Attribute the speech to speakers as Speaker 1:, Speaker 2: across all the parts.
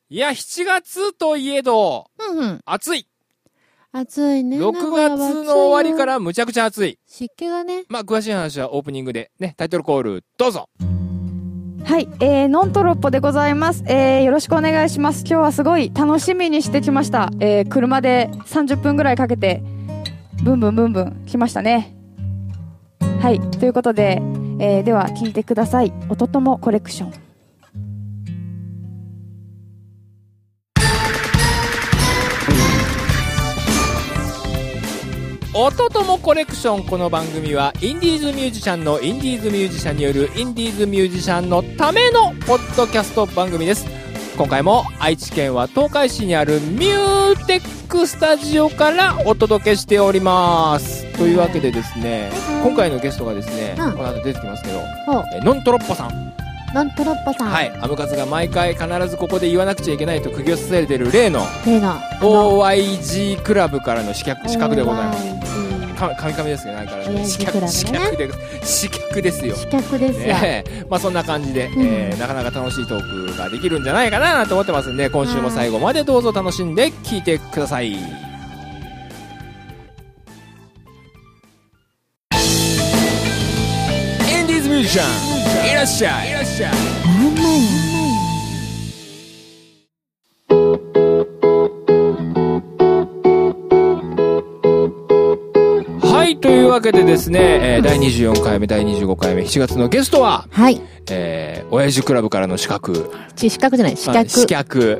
Speaker 1: いや、7月といえど、暑い。
Speaker 2: 暑いね。
Speaker 1: 6月の終わりからむちゃくちゃ暑い。
Speaker 2: 湿気がね。
Speaker 1: まあ、詳しい話はオープニングでね、タイトルコール、どうぞ。
Speaker 3: はい、ノントロッポでございます。よろしくお願いします。今日はすごい楽しみにしてきました。車で30分ぐらいかけて、ブンブンブンブン来ましたね。はい、ということで、では聞いてください。音ともコレクション。
Speaker 1: 音ともコレクション。この番組はインディーズミュージシャンのインディーズミュージシャンによるインディーズミュージシャンのためのポッドキャスト番組です。今回も愛知県は東海市にあるミューテックスタジオからお届けしております。というわけでですね、今回のゲストがですね、この後出てきますけど、ノントロッポさん。
Speaker 2: ノントロッポさん。
Speaker 1: はい、アムカツが毎回必ずここで言わなくちゃいけないと釘を刺されている例の OYG クラブからの資格でございます。神々ですね、なんかね、資格ですよ。資格ですよ。ね、まあそんな感じで、なかなか楽しいトークができるんじゃないかなと思ってますんで、今週も最後までどうぞ楽しんで聞いてください。インディーズミュージシャン、いらっしゃい。はい、というわけでですね、第24回目、第25回目、7月のゲストは、
Speaker 2: はい。
Speaker 1: 親父クラブからの資格。
Speaker 2: 資格じゃない、資格。
Speaker 1: 資格。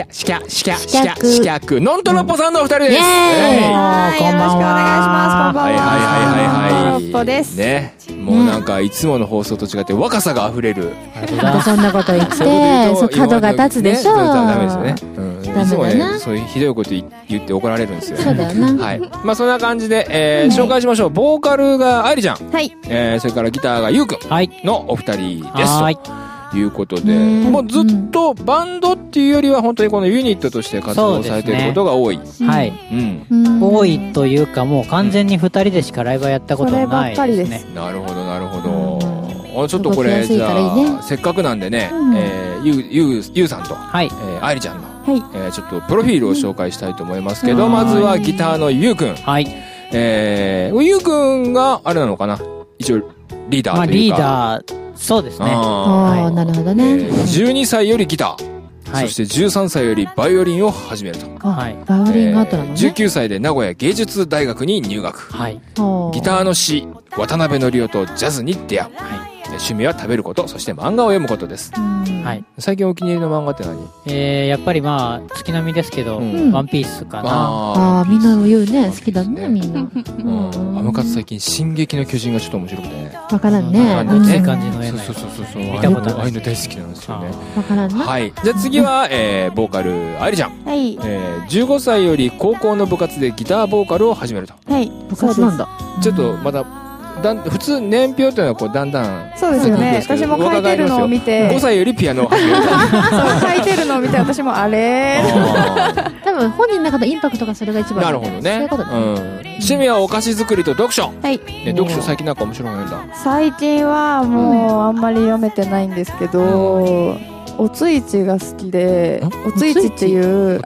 Speaker 1: ノントロッポさんのお二人です。
Speaker 3: よろしくお願いします。こんばんは。
Speaker 1: はい。
Speaker 3: ノントロッポです。
Speaker 1: ね。もうなんか、いつもの放送と違って若さが溢れる。
Speaker 2: そんなこと言って、角が立つでしょ。
Speaker 1: ダメですよね。いつもね、そういうひどいこと言って怒られるんですよね。
Speaker 2: そうだよな。
Speaker 1: はい。まあそんな感じで、紹介しましょう。ボーカルが愛理ちゃん。
Speaker 3: はい。
Speaker 1: それからギターがゆうくんのお二人です。
Speaker 4: はい。
Speaker 1: ということで、もうずっとバンドっていうよりは本当にこのユニットとして活動されていることが多い。
Speaker 4: はい。多いというかもう完全に二人でしかライブはやったことないですね。
Speaker 1: なるほどなるほど。ちょっとこれじゃあせっかくなんでね、ゆうさんと愛理ちゃんのちょっとプロフィールを紹介したいと思いますけど、まずはギターのゆうくん。
Speaker 4: はい。
Speaker 1: ゆうくんがあれなのかな、一応リーダーというか。
Speaker 4: まあリーダー、そうですね。
Speaker 2: ああ、なるほどね。
Speaker 1: 12歳よりギター、そして13歳よりバイオリンを始めると。
Speaker 2: はい。バイオリンが後なのね。
Speaker 1: 19歳で名古屋芸術大学に入学。
Speaker 4: はい。
Speaker 1: ギターの師、渡辺則夫とジャズに出会う。はい。趣味は食べること、そして漫画を読むことです。
Speaker 4: はい。
Speaker 1: 最近お気に入りの漫画って何？
Speaker 4: やっぱりまあ月並みですけど、ワンピースかな。
Speaker 2: ああ、みんな言うね。好きだね、みんな。
Speaker 1: アムカツ最近進撃の巨人がちょっと面白くてね。
Speaker 2: わからんね。
Speaker 4: いい感じの絵の。
Speaker 1: そう。
Speaker 4: 見たことない。
Speaker 1: ああいうの大好きなんですよね。
Speaker 2: わからんな。
Speaker 1: はい。じゃあ次はボーカル愛理ちゃん。
Speaker 3: はい。
Speaker 1: 15歳より高校の部活でギターボーカルを始めると。
Speaker 3: はい。
Speaker 2: 部活なんだ。
Speaker 1: ちょっとまた普通年表というのはこうだんだん。
Speaker 3: そうですよね。私も書いてるのを見て。
Speaker 1: 5歳よりピアノを始める。
Speaker 3: そう、書いてるのを見て私もあれ
Speaker 2: 多分本人の中のインパクトがそれが一番。
Speaker 1: なるほどね。
Speaker 2: そういうことだ。
Speaker 1: 趣味はお菓子作りと読書。
Speaker 3: はい。
Speaker 1: 読書最近なんか面白いの読んだ？
Speaker 3: 最近はもうあんまり読めてないんですけど、おついちが好きで、おついちっていう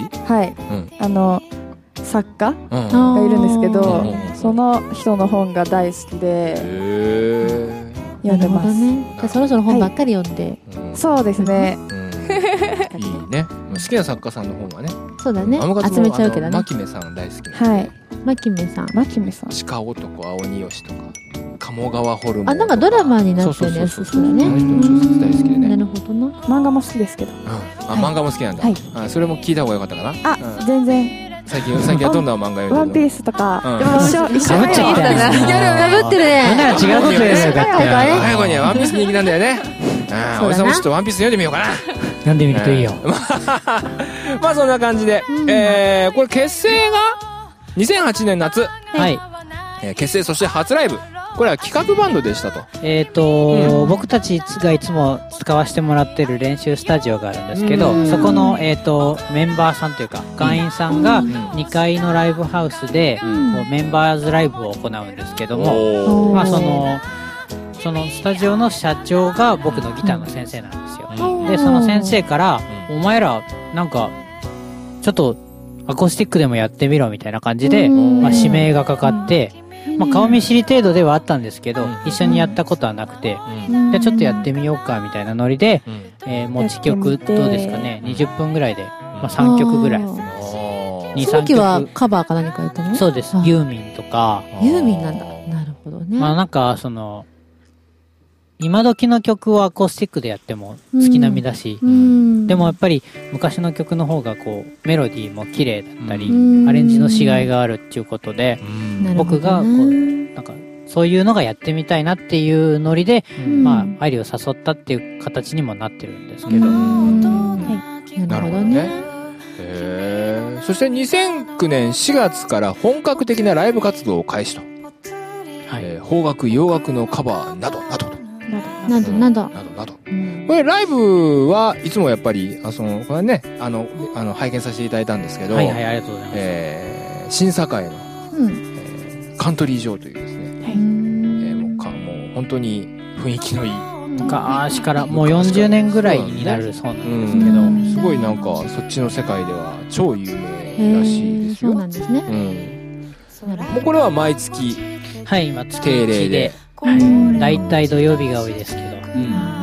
Speaker 3: 作家がいるんですけど、その人の本が大好きで読んでます。
Speaker 2: じゃあそろそろ本ばっかり読んで。
Speaker 3: そうですね。
Speaker 1: いいね。好きな作家さんの本はね。
Speaker 2: そうだね。集めちゃうけどね。
Speaker 1: 牧目さん大好き。
Speaker 3: はい。
Speaker 2: 牧目さん。
Speaker 1: 鹿男、青鬼吉とか鴨川ホルモン。
Speaker 2: あ、なんかドラマになってるやつですね。
Speaker 1: あの人小説大好きでね。
Speaker 2: なるほどな。
Speaker 3: 漫画も好きですけど。
Speaker 1: 漫画も好きなんだ。はい。それも聞いた方がよかったかな。
Speaker 3: あ、全然。
Speaker 1: 最近はどんな漫画読んでるの？
Speaker 3: ワンピースとか。
Speaker 2: でも一緒にかぶってるね。
Speaker 4: なんなら違うこと言うよ。
Speaker 1: 最後にはワンピース人気なんだよね。俺さんもちょっとワンピース読んでみようかな。
Speaker 4: 読んでみるといいよ。
Speaker 1: まあそんな感じで、これ結成が2008年夏。
Speaker 4: はい。
Speaker 1: 結成、そして初ライブ。これは企画バンドでした
Speaker 4: と。僕たちがいつも使わせてもらってる練習スタジオがあるんですけど、そこの、メンバーさんというか、会員さんが2階のライブハウスで、メンバーズライブを行うんですけども、まあそのスタジオの社長が僕のギターの先生なんですよ。で、その先生から、 お前ら、なんか、ちょっと、アコースティックでもやってみろみたいな感じで、まあ、指名がかかって、まあ、顔見知り程度ではあったんですけど、一緒にやったことはなくて、じゃあちょっとやってみようかみたいなノリで、持ち曲どうですかね、20分ぐらいで、まあ、3曲ぐらい。
Speaker 2: その時はカバーか何かやったの？
Speaker 4: そうです。ユーミンとか。
Speaker 2: ユーミンなんだ。なるほどね。
Speaker 4: まあなんか、今時の曲をアコースティックでやっても月並みだし、でもやっぱり昔の曲の方がこうメロディーも綺麗だったり、アレンジのしがいがあるっていうことで、僕がこうなんかそういうのがやってみたいなっていうノリで、まあ愛理を誘ったっていう形にもなってるんですけど。
Speaker 2: なるほどね。
Speaker 1: そして2009年4月から本格的なライブ活動を開始と。邦楽、洋楽のカバーなどなどと。
Speaker 2: など。
Speaker 1: これライブはいつもやっぱり、これね、拝見させていただいたんですけど、
Speaker 4: はいはい、ありがとうございます。
Speaker 1: 新堺の、カントリー場というですね、もう本当に雰囲気のいい。
Speaker 4: 昔からもう40年ぐらいになるそうなんですけど、
Speaker 1: すごいなんかそっちの世界では超有名らしいですよ。
Speaker 2: そうなんですね。
Speaker 1: もうこれは毎月、
Speaker 4: はい、今月1で。だいたい土曜日が多いですけど。
Speaker 1: なるほ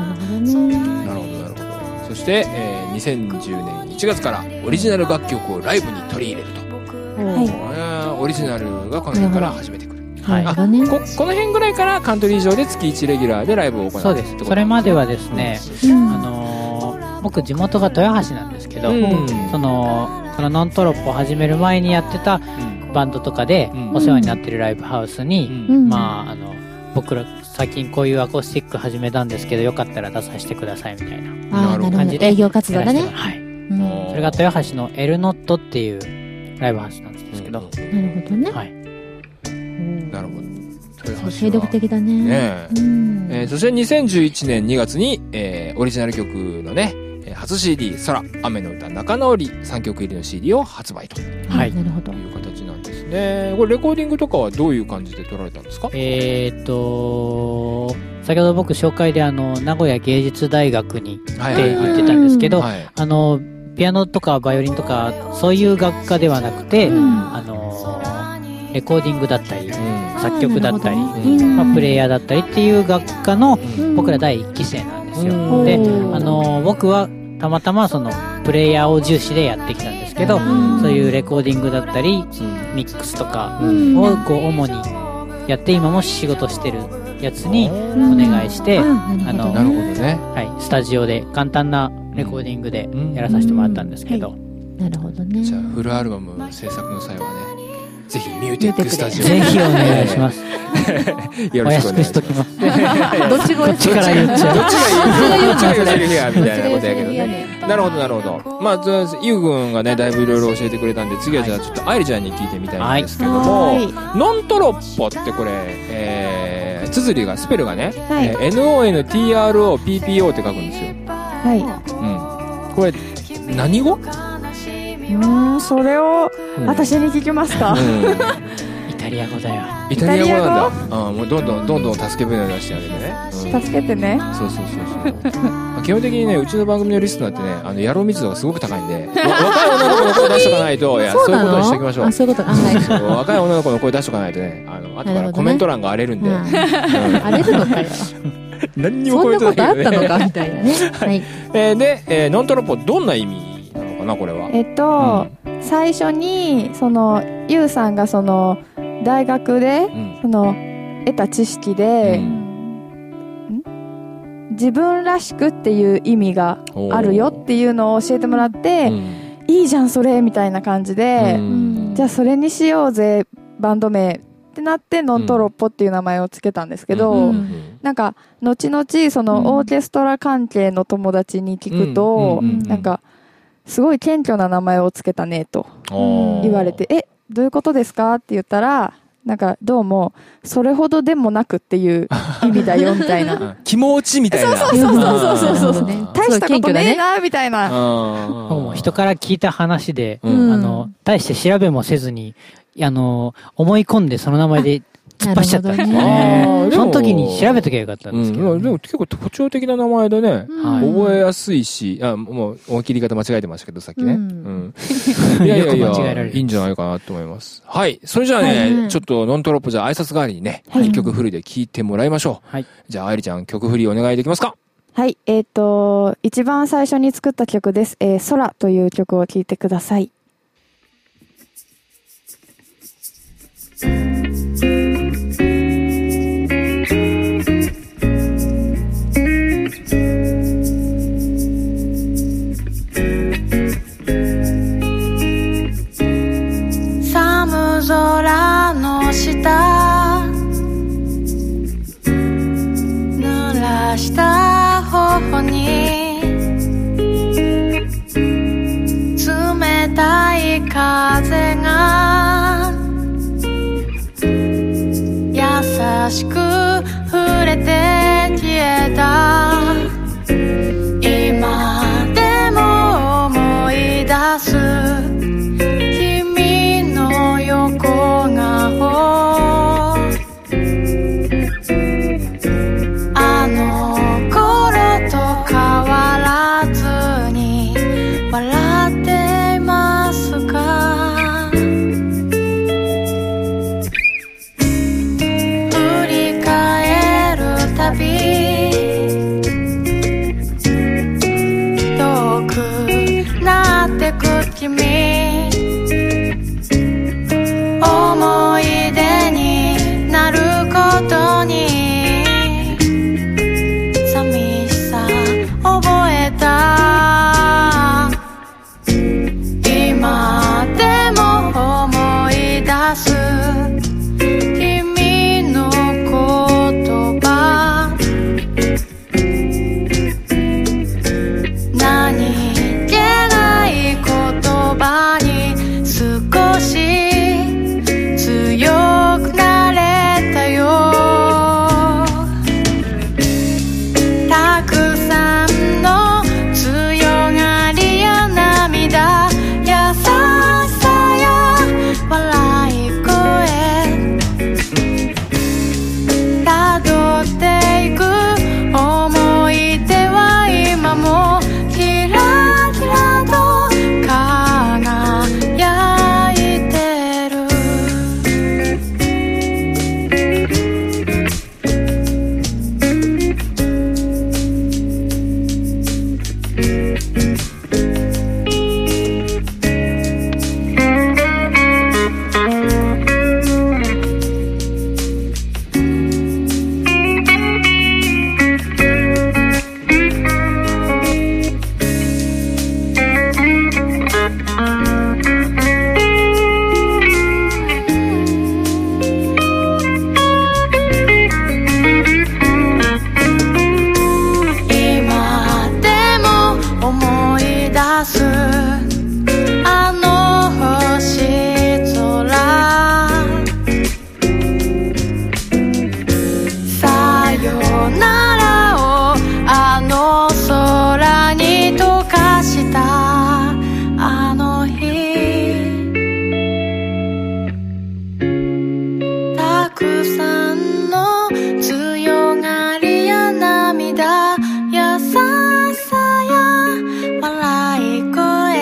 Speaker 1: ど。そして、2010年1月からオリジナル楽曲をライブに取り入れると。オリジナルがこの辺から始めてくる。この辺ぐらいからカントリー場で月1レギュラーでライブを行う。
Speaker 4: そうです。それまではですね、僕地元が豊橋なんですけど、そのノントロップを始める前にやってたバンドとかでお世話になってるライブハウスに、まあ僕ら最近こういうアコースティック始めたんですけど、よかったら出させてくださいみたいな感じで
Speaker 2: 営業活動だね。
Speaker 4: はい。それが豊橋のエルノットっていうライブハウスなんですけど。
Speaker 2: なるほどね。
Speaker 4: はい。
Speaker 1: なるほど。
Speaker 2: 精力的だね。
Speaker 1: そして2011年2月に、オリジナル曲のね、初 CD、空、雨の歌、仲直り3曲入りの CD を発売と。
Speaker 2: はい。なるほど。
Speaker 1: いう形なんですね。これレコーディングとかはどういう感じで撮られたんですか？
Speaker 4: 先ほど僕紹介で名古屋芸術大学にって言ってたんですけど、ピアノとかバイオリンとかそういう学科ではなくて、レコーディングだったり、作曲だったり、プレイヤーだったりっていう学科の僕ら第1期生なんですよ。で、僕はたまたまそのプレイヤーを重視でやってきたんですけど、そういうレコーディングだったり、ミックスとかをこう主にやって今も仕事してるやつにお願いして、
Speaker 1: なるほどね。
Speaker 4: はい、スタジオで簡単なレコーディングでやらさせてもらったんですけど。
Speaker 2: なるほどね。
Speaker 1: じゃあフルアルバム制作の際はね、ぜひミューテックスタジオ
Speaker 4: ぜひお願いします。
Speaker 1: よろしくお願いします。
Speaker 2: どっちが
Speaker 4: どっちから言っちゃう。
Speaker 1: どっちが言うやみたいなことやけどね。なるほど。まあ、ゆうくんがね、だいぶいろいろ教えてくれたんで、次はじゃあちょっと愛理ちゃんに聞いてみたいんですけども、ノントロッポってこれ、綴りが、スペルがね、NONTROPPO って書くんですよ。これ、何語？
Speaker 3: それを私に聞きますか？
Speaker 4: イタリア語だよ。
Speaker 1: イタリア語なんだ。もうどんどん助け舟出してあげてね。
Speaker 3: 助けてね。
Speaker 1: そう。基本的にね、うちの番組のリスナーってね、野郎密度がすごく高いんで、若い女の子の声出しとかないと、いや、そういうことにしておきましょう。
Speaker 2: そういうこと。
Speaker 1: 若い女の子の声出しとかないとね、後からコメント欄が荒れるんで。
Speaker 2: 荒れるのかよ。
Speaker 1: 何にもコメントないけどね。
Speaker 2: そんなことあったのかみたいなね。はい。
Speaker 1: で、ノントロッポどんな意味なのかな、これは。
Speaker 3: 最初にゆうさんが大学で得た知識で、自分らしくっていう意味があるよっていうのを教えてもらって、いいじゃんそれみたいな感じで、じゃあそれにしようぜバンド名ってなってノントロッポっていう名前をつけたんですけど、なんか後々オーケストラ関係の友達に聞くと、なんかすごい謙虚な名前をつけたねと言われて、どういうことですかって言ったら、なんかどうもそれほどでもなくっていう意味だよみたいな
Speaker 1: 気持ちみたいな。
Speaker 3: そう大したことねえなみたいな。
Speaker 4: もう人から聞いた話で、大して調べもせずに思い込んでその名前で突っ走っちゃったんですよ
Speaker 2: な
Speaker 4: ね。その時に調べときゃよかったんですけど、
Speaker 1: でも結構特徴的な名前でね、
Speaker 4: はい
Speaker 1: 覚えやすいし、もう思い切り方間違えてましたけど、さっきね。いやいやい
Speaker 4: よく間違えら
Speaker 1: や、
Speaker 4: れる
Speaker 1: いいんじゃないかなと思います。はい。それじゃあね、ちょっとノントロップじゃあ挨拶代わりにね、一曲フルで聴いてもらいましょう。
Speaker 4: はい。
Speaker 1: じゃあ、愛理ちゃん曲フリーお願いできますか？
Speaker 3: はい、一番最初に作った曲です。空という曲を聴いてください。
Speaker 5: 寒空の下濡らした頬に冷たい風が優しく触れて消えた今でも思い出す君の横顔あの頃と変わらずに笑っていますか振り返るたび遠くなってく君思い出になることに寂しさ覚えた今でも思い出す君の言葉何気ない言葉に少し強くなれたよたくさんの強がりや涙優しさや笑い声たどっていく思い出は今もキラキラと輝いてる今でも思い出すあの星空さよならをあの空に溶かしたあの日たくさんの強がりや涙優しさや笑い声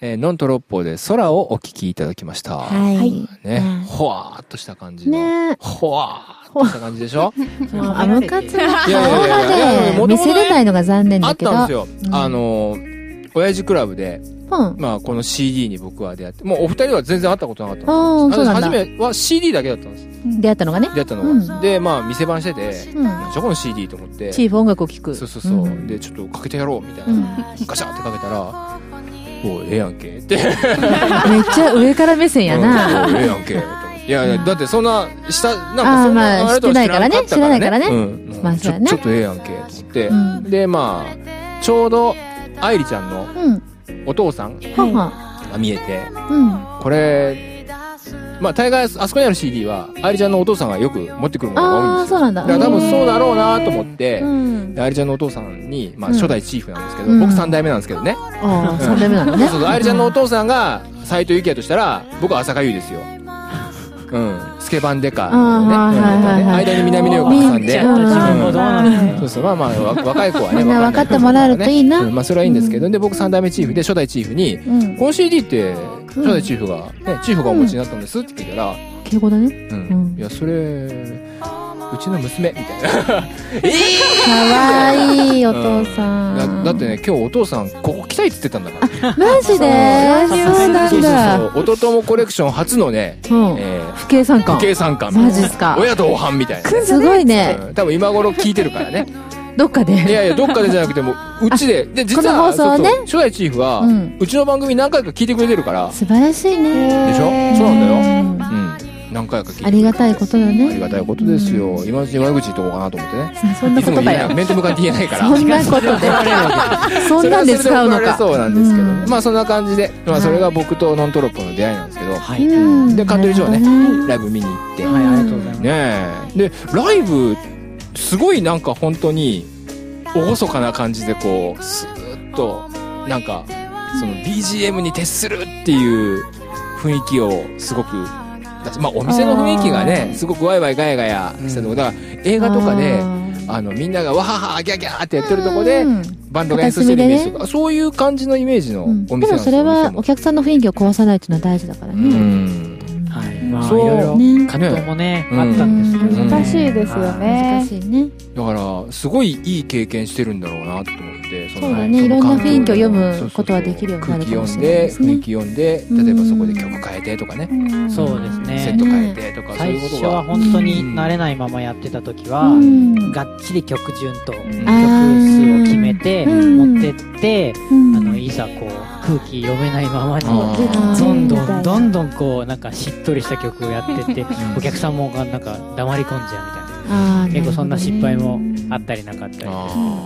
Speaker 1: ノントロッポで空をお聞きいただきました。
Speaker 2: はい。
Speaker 1: ね、ほわーっとした感じの。
Speaker 2: ね
Speaker 1: ほわーっとした感じでしょ
Speaker 2: アムカツの動
Speaker 1: いや
Speaker 2: 画で見せれないのが残念
Speaker 1: あっ
Speaker 2: だけど。
Speaker 1: たんですよ。
Speaker 2: うん
Speaker 1: 親父クラブで、
Speaker 2: うん。
Speaker 1: まあ、この CD に僕は出会って、もうお二人は全然会ったことなかったんです
Speaker 2: あ
Speaker 1: よ。
Speaker 2: ーそうなんだ
Speaker 1: 初めは CD だけだったんです。
Speaker 2: 出会ったのがね。
Speaker 1: 出会ったのが。
Speaker 2: うん
Speaker 1: で、まあ、店番してて、
Speaker 2: うん。
Speaker 1: なんじゃこの CD と思って。
Speaker 2: チーフ音楽を聴く。
Speaker 1: そうそうそう。
Speaker 2: ん
Speaker 1: で、ちょっとかけてやろう、みたい
Speaker 2: うん
Speaker 1: な。ガシャってかけたら、おうええやんけって。
Speaker 2: めっちゃ上から目線やな。
Speaker 1: おうええやんけと思って。いや、だってそんな、下、なんか
Speaker 2: あー
Speaker 1: そんな、
Speaker 2: まあ
Speaker 1: れとは
Speaker 2: 知ってないからね
Speaker 1: 知らなかった
Speaker 2: 知らないからね
Speaker 1: うん。
Speaker 2: まあそうやね
Speaker 1: ちょっとええやんけと思って
Speaker 2: う。ん。
Speaker 1: で、まあ、ちょうど、愛理ちゃんの
Speaker 2: うん。
Speaker 1: お父さん
Speaker 2: はは。
Speaker 1: が見えて、
Speaker 2: うん。
Speaker 1: これ、まあ、大概、あそこにある CD は、愛理ちゃんのお父さんがよく持ってくるものが多いん
Speaker 2: ああ、
Speaker 1: ですよ。
Speaker 2: そうなんだ。
Speaker 1: だから多分そうだろうなと思って
Speaker 2: う、ん。
Speaker 1: で愛理ちゃんのお父さんに、まあ、
Speaker 2: うん
Speaker 1: 初代チーフなんですけど、
Speaker 2: うん
Speaker 1: 僕3代目なんですけどね。
Speaker 2: ああ、3代目なのね。
Speaker 1: そうそう、愛理ちゃんのお父さんが斎藤幸也としたら、僕は浅香唯ですよ。うん。スケバンデカのね、
Speaker 2: あーはいはいはい
Speaker 1: 間に南野陽子さんで。
Speaker 2: みんな
Speaker 1: うん
Speaker 4: 自分もどうなんですか。
Speaker 1: そうそう、まあまあ、若い子はね、
Speaker 2: みんな分かってもらえるといいな
Speaker 1: うんまあ、それはいいんですけど、で、僕3代目チーフで、初代チーフに、
Speaker 2: うん。
Speaker 1: この CD って、初代チーフが、ね、チーフがお持ちになったんですって聞いたら、
Speaker 2: 敬語だね。
Speaker 1: うん。いや、それ、うちの娘、みたいな。
Speaker 2: かわいいお父さん。
Speaker 1: だってね、今日お父さん、ここ来たいって言ってたんだから。
Speaker 2: マジでそうなんだ。
Speaker 1: そう。おとともコレクション初のね、
Speaker 2: うん。不敬参観
Speaker 1: 不。敬参観。
Speaker 2: マジっすか。
Speaker 1: 親同伴みたいな。
Speaker 2: すごいね。
Speaker 1: 多分今頃聞いてるからね。
Speaker 2: どっかで。
Speaker 1: いやいや、どっかでじゃなくても、うちで。で、実
Speaker 2: この
Speaker 1: は、
Speaker 2: 放送はね
Speaker 1: そうそう初代チーフは、
Speaker 2: うん
Speaker 1: うちの番組何回か聞いてくれてるから。
Speaker 2: 素晴らしいね。
Speaker 1: でしょそうなんだよ。
Speaker 2: うん
Speaker 1: うん。何回か聞いてくれて
Speaker 2: ありがたいことだ
Speaker 1: あり
Speaker 2: ね。
Speaker 1: がたいことですよ。今のうちに悪口言っとこうかなと思ってね。
Speaker 2: そんなことかよ。
Speaker 1: 面と向かって言えないから。
Speaker 2: そんなことで。そんなんで使うのか。
Speaker 1: そうなんですけどね。
Speaker 2: うん
Speaker 1: まあそんな感じで、まあそれが僕とノントロップの出会いなんですけど、
Speaker 4: はい。
Speaker 2: うん
Speaker 1: で、カントリージョーね
Speaker 2: なるほどね
Speaker 1: ライブ見に行って。
Speaker 4: はい、ありがとうございます。
Speaker 1: ねえ。で、ライブ、すごいなんか本当に、厳かな感じでこう、スーッと、なんか、その BGM に徹するっていう雰囲気をすごく、まあお店の雰囲気がね、すごくワイワイガヤガヤしたとこ、だから映画とかで、みんながわははギャギャーってやってるとこで、バンドが演奏してるイメージとか、そういう感じのイメージのお
Speaker 2: うん
Speaker 1: 店なんですよ。
Speaker 2: でもそれはお客さんの雰囲気を壊さないっていうのは大事だから
Speaker 1: う
Speaker 2: ね。
Speaker 1: ん。
Speaker 4: はい。まあ、い
Speaker 1: そう
Speaker 4: ろいろ
Speaker 2: ね
Speaker 4: 葛藤もね、
Speaker 1: うん
Speaker 4: あったんですけど。
Speaker 3: 難しいですよね
Speaker 2: 難。しいね。
Speaker 1: だから、すごいいい経験してるんだろうなと思って、
Speaker 2: そうだね。いろんな雰囲気を読むことはできるようになるかもしれないですね
Speaker 1: 空気読んで、雰囲。気読んで、例えばそこで曲変えてとかね、
Speaker 4: そうですね。
Speaker 1: セット変えてとか、そう
Speaker 4: 最
Speaker 1: いうことが。
Speaker 4: 初は本当に慣れないままやってた時は、
Speaker 2: うん
Speaker 4: がっちり曲順と曲数を決めて
Speaker 2: うん
Speaker 4: 持ってって、
Speaker 2: うん
Speaker 4: いざこう空気読めないままに
Speaker 1: あー
Speaker 4: どんど
Speaker 3: みたいなん
Speaker 4: どんどんこうなんかしっとりした曲をやってってお客さんもなんか黙り込んじゃうみたいな
Speaker 2: あー
Speaker 4: 結構そんな失敗もあったりなかったり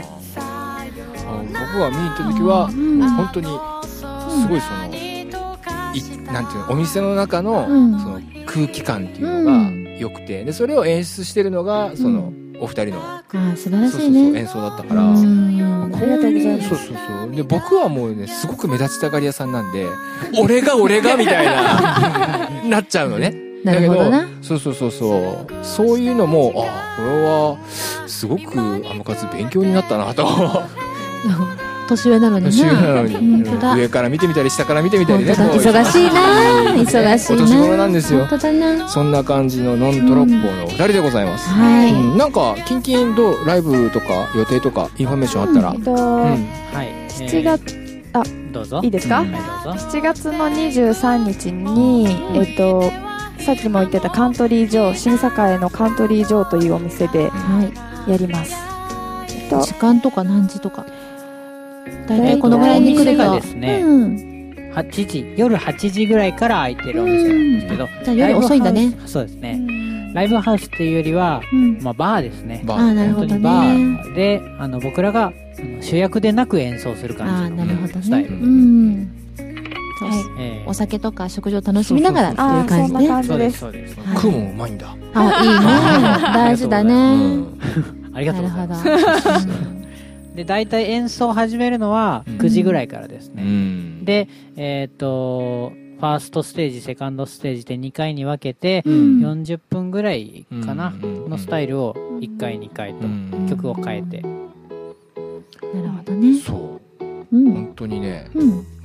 Speaker 1: 僕が見に行った時は、
Speaker 2: ん
Speaker 1: 本当にすごいその、なんていうの、お店の中の、
Speaker 2: うん
Speaker 1: その空気感っていうのが良くて、でそれを演出してるのがその、お二人の
Speaker 2: あー素晴ら
Speaker 1: そう
Speaker 2: しいね。
Speaker 1: 演奏だったから、
Speaker 2: うん
Speaker 1: こういうそうそうそうで僕はもうねすごく目立ちたがり屋さんなんで俺がみたいななっちゃうのね。
Speaker 2: なるほどな。
Speaker 1: そうそういうのもこれはすごくアムカツ勉強になったなと。
Speaker 2: 年上なのにな。
Speaker 1: 年上なのに、
Speaker 2: 本当だ。
Speaker 1: 上から見てみたり下から見てみたりね。
Speaker 2: 本当だ忙しいな。忙しいな。
Speaker 1: お年頃なんですよ
Speaker 2: 本当だな。
Speaker 1: そんな感じのノントロッポのお二人でございます。
Speaker 2: はい。
Speaker 1: なんかキンキンどうライブとか予定とかインフォメーションあったら、
Speaker 4: はい
Speaker 3: 7月、
Speaker 4: どうぞ
Speaker 3: いいですか
Speaker 4: はいどうぞ
Speaker 3: 7月の23日に、さっきも言ってたカントリージョー、新栄のカントリージョーというお店で
Speaker 2: はい。
Speaker 3: やります。
Speaker 2: 時間とか何時とか。大体このぐらいに来ると。
Speaker 4: お店がですね
Speaker 2: うん。
Speaker 4: 夜8時ぐらいから空いてるお店なんですけど
Speaker 2: じゃあ夜遅いんだね。
Speaker 4: ライブハウスそうですねライブハウスっていうよりは
Speaker 2: うん。
Speaker 4: まあバーですね
Speaker 1: バ
Speaker 2: ああ、なるほど
Speaker 4: 本当にバ
Speaker 2: ね。
Speaker 4: ーで僕らが主役でなく演奏する
Speaker 2: ああ、
Speaker 4: 感じの
Speaker 2: なるほどね。
Speaker 4: スタイル
Speaker 2: うん。そう
Speaker 4: ええ
Speaker 2: お酒とか食事を楽しみながらって
Speaker 3: ああ、
Speaker 2: いう感じね。
Speaker 3: そんな感じ
Speaker 4: そうで
Speaker 3: ですす。
Speaker 4: そうです
Speaker 2: はい
Speaker 1: 食うもんうまいんだ。
Speaker 2: あ、いいね。大事だ
Speaker 1: う
Speaker 2: ね。
Speaker 1: ん
Speaker 4: ありがと
Speaker 2: なる
Speaker 4: うござい
Speaker 2: ほど
Speaker 4: ます。で大体演奏を始めるのは9時ぐらいからです
Speaker 1: う
Speaker 4: ね、
Speaker 1: ん
Speaker 4: でファーストステージセカンドステージで2回に分けて
Speaker 2: うん
Speaker 4: 40分ぐらいかな、
Speaker 1: うん
Speaker 4: のスタイルを1回2回と
Speaker 1: うん
Speaker 4: 曲を変えて、
Speaker 2: なるほどね。
Speaker 1: そう
Speaker 2: うん。
Speaker 1: 本当にね
Speaker 2: うん。
Speaker 1: なんか分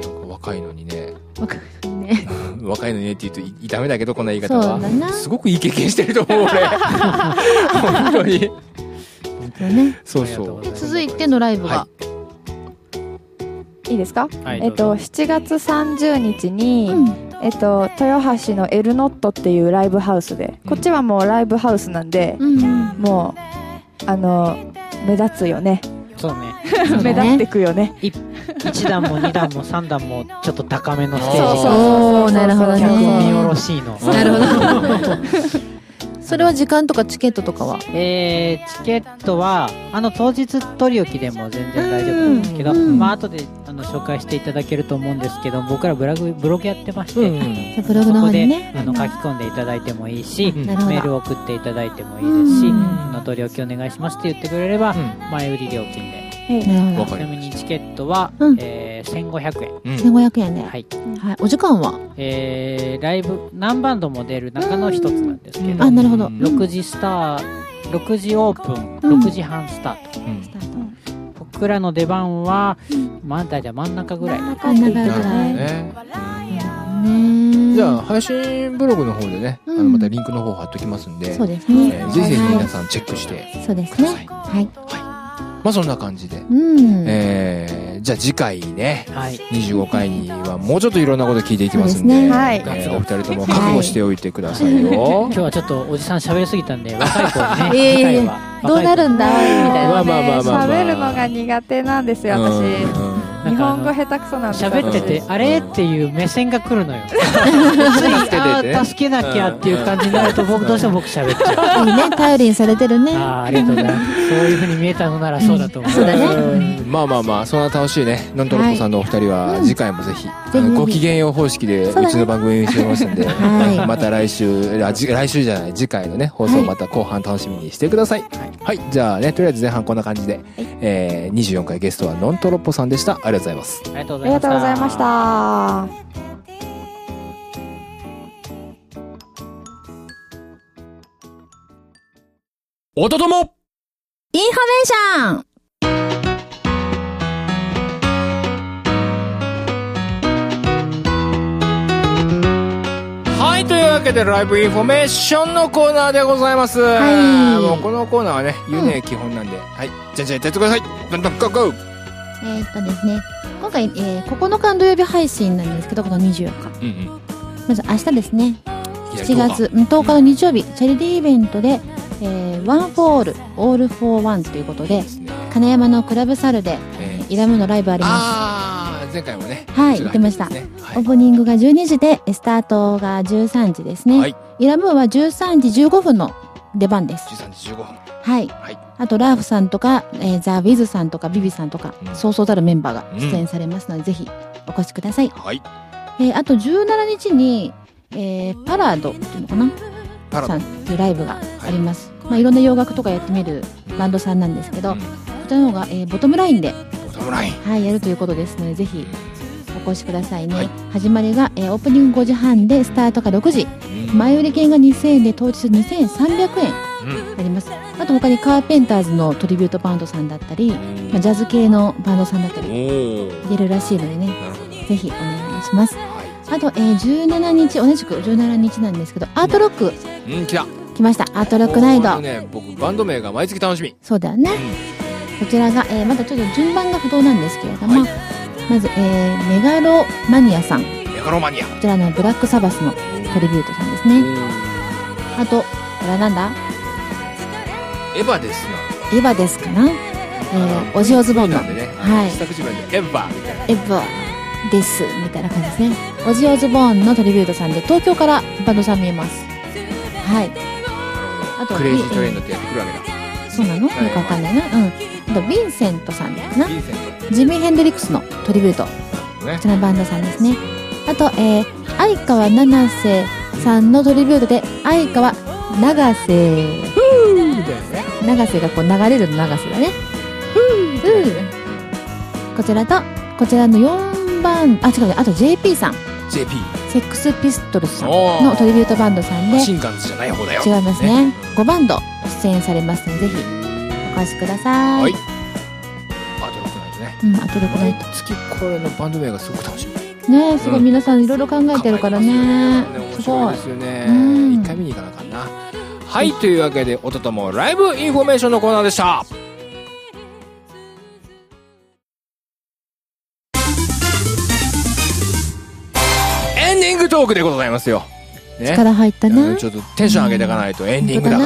Speaker 1: 若いのにね。
Speaker 2: 若いね。
Speaker 1: 若いのにねって言うとダメだけど、こんな言い方は。
Speaker 2: そうだな。
Speaker 1: すごくいい経験してると思う、俺。本当に。
Speaker 2: そうね。
Speaker 1: そうそう。
Speaker 2: で続いてのライブが。
Speaker 3: いいですか？
Speaker 4: はいどうぞ
Speaker 3: 7月30日に、
Speaker 2: うん
Speaker 3: 豊橋のエルノットっていうライブハウスで、こっちはもうライブハウスなんで、もう、目立つよね。
Speaker 4: そうね。
Speaker 3: 目立ってくよね。
Speaker 4: 1段も2段も3段もちょっと高めのステージが。
Speaker 2: おー、なるほど
Speaker 4: 客見
Speaker 2: ね。
Speaker 4: 下ろしいの。
Speaker 2: なるほど。それは時間とかチケットとかは？
Speaker 4: チケットは、当日取り置きでも全然大丈夫なんですけど、後で、紹介していただけると思うんですけど、僕らブログやってまして、
Speaker 2: じゃあブログの方にね。
Speaker 4: そこで、書き込んでいただいてもいいし、メ
Speaker 2: なるほど
Speaker 4: ール送っていただいてもいいですし、取り置きお願いしますって言ってくれれば、前売り料金で。
Speaker 2: なるほど。
Speaker 4: ちなみにチケットは、1500円。
Speaker 2: 1500円で。
Speaker 4: はい。
Speaker 2: はい。お時間は？
Speaker 4: ライブ、何バンドも出る中の一つなんですけど、
Speaker 2: あ、なるほど。
Speaker 4: 6時オープン、6時半スタート。僕らの出番は、大体真ん中ぐらい。
Speaker 2: 真ん中ぐらい。
Speaker 1: ね。じゃあ、配信ブログの方でね、またリンクの方貼っときますんで、
Speaker 2: そうですね。
Speaker 1: ぜひぜひ皆さんチェックして
Speaker 2: そうですね。はい。
Speaker 1: まあそんな感じで。じゃあ次回ね、25回にはもうちょっといろんなこと聞いていきますんで、お二人とも覚悟しておいてくださいよ。
Speaker 4: 今日はちょっとおじさん喋りすぎたんで、若い子にね、
Speaker 2: いやいやどうなるんだみたいな。
Speaker 3: 喋るのが苦手なんですよ、私。日本語下手くそなんですよ。
Speaker 4: 喋ってて、あれっていう目線が来るのよ。助けなきゃっていう感じになると、どうしても僕喋っちゃう。
Speaker 2: いいね、頼りにされてるね。
Speaker 4: ありがとうございます。そういう風に見えたのならそうだと思う。
Speaker 2: そうだね。
Speaker 1: まあ、そんな楽しいね、ノントロッコさんのお二人は、次回もぜひ、ご機嫌よう方式で、うちの番組にしてますんで、また来週じゃない、次回のね、放送また後半楽しみにしてください。はい、じゃあね、とりあえず前半こんな感じで、24回ゲストはノントロッポさんでした。ありがとうございます。
Speaker 4: ありがとう
Speaker 3: ございました。
Speaker 1: 音とも
Speaker 2: インフォメーション。
Speaker 1: はい、というわけでライブインフォメーションのコーナーでございます。もうこのコーナーはね、言うね、基本なんで。はい。じゃあやってください。どんどんゴーゴー。
Speaker 2: ですね、今回、9日の土曜日配信なんですけど、この24日。まず明日ですね、7月10日の日曜日、チャリティーイベントで、One for All, All for One ということで、金山のクラブサルで、イラムのライブあります。
Speaker 1: 前回もね。
Speaker 2: はい、言ってました。オープニングが12時で、スタートが13時ですね。イラムは13時15分の出番です。
Speaker 1: 13時15分。
Speaker 2: はい。あと、ラーフさんとか、ザ・ウィズさんとか、ビビさんとか、そうそうたるメンバーが出演されますので、ぜひお越しください。
Speaker 1: はい。
Speaker 2: あと、17日に、パラードっていうのかなさんっていうライブがあります。まあ、いろんな洋楽とかやってみるバンドさんなんですけど、こちらの方が、ボトムラインで、はい、やるということですので、ぜひお越しくださいね。始まりが、オープニング5時半で、スタートが6時。前売り券が2000円で、当日2300円あります。あと他にカーペンターズのトリビュートバンドさんだったり、ジャズ系のバンドさんだったり出るらしいのでね、ぜひお願いします。あと、17日、同じく17日なんですけど、アートロック来ました。アートロックナイト。
Speaker 1: 僕バンド名が毎月楽しみ。
Speaker 2: そうだよね。こちらが、まだちょっと順番が不動なんですけれども、まず、メガロマニアさん。こちらのブラックサバスのトリビュートさんですね。あと、これはなんだ？
Speaker 1: エヴァです
Speaker 2: な。エヴァですかな。オジオズボーンの。はい。
Speaker 1: 下口弁でエヴァみたいな。
Speaker 2: エヴァですみたいな感じですね。オジオズボーンのトリビュートさんで、東京からバンドさん見えます。はい。あと
Speaker 1: クレイジートレインドってやってくるわけだ。
Speaker 2: そうなの？よくわかんないな。あとヴィンセントさんかな。ジミー・ヘンドリックスのトリビュート。こちらのバンドさんですね。あと、相川七瀬さんのトリビュートで、相川長瀬。長瀬がこう流れるの長瀬だね。こちらと、こちらの4番、あと JP さん。
Speaker 1: JP。
Speaker 2: セックスピストルさんのトリビュートバンドさんで。
Speaker 1: マシンガンズじゃない方だよ。
Speaker 2: 違いますね。5バンド出演されますので、ぜひお越しください。はい。
Speaker 1: アートロックナイトね。
Speaker 2: アートロックナイト。
Speaker 1: 月これのバンド名がすごく楽しみ。
Speaker 2: ね、すごい皆さんいろいろ考えてるからね。
Speaker 1: 面白いですよね。一回見に行かなあかんな。はい、というわけで、音ともライブインフォメーションのコーナーでした。エンディングトークでございますよ。ね、
Speaker 2: 力入ったな。
Speaker 1: ちょっとテンション上げていかないとエンディングだから。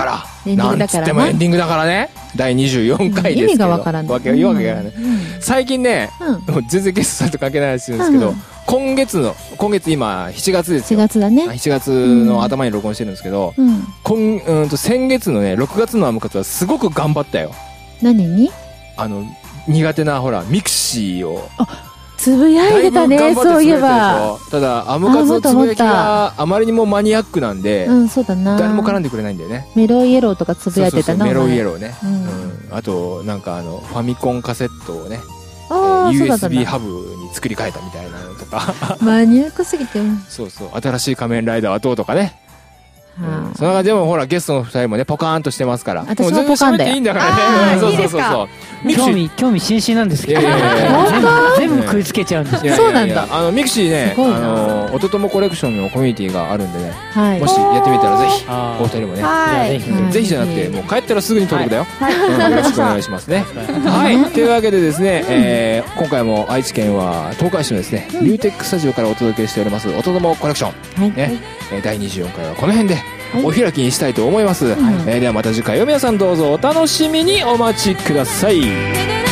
Speaker 1: なんつってもエンディングだからね。第24回ですけど。
Speaker 2: 意味がわからない。
Speaker 1: わけがわからない。最近ね、全然ゲストさんと関係ない話するんですけど、今月今7月ですよ。
Speaker 2: 7月だね。
Speaker 1: 7月の頭に録音してるんですけど、先月のね、6月のアムカツはすごく頑張ったよ。
Speaker 2: 何に？
Speaker 1: 苦手なほら、ミクシーを。
Speaker 2: つぶやいてたね、そういえば。
Speaker 1: ただ、アムカツのつぶやきがあまりにもマニアックなんで、
Speaker 2: そうだな。
Speaker 1: 誰も絡んでくれないんだよね。
Speaker 2: メロイエローとかつぶやいてたな。
Speaker 1: メロイエローね。あと、なんかファミコンカセットをね、USB ハブに作り変えたみたいなのとか。
Speaker 2: マニアックすぎて。
Speaker 1: そうそう。新しい仮面ライダーはどうとかね。その中でもほらゲストの2人もねポカーンとしてますから、
Speaker 2: 私もポカーンだよ。
Speaker 1: いいんだからね。そうそうそうそう。
Speaker 4: 興味津々なんですけど、全部食いつけちゃうんですよ。
Speaker 2: そうなんだ。
Speaker 1: ミクシーね、音ともコレクションのコミュニティがあるんでね、もしやってみたらぜひお二人もね、ぜひじゃなくてもう帰ったらすぐに登録だよ。よろしくお願いしますね。はい。というわけでですね、今回も愛知県は東海市のですねニューテックスタジオからお届けしております音ともコレクションね、第24回はこの辺でお開きにしたいと思います。ではまた次回を皆さんどうぞお楽しみにお待ちください。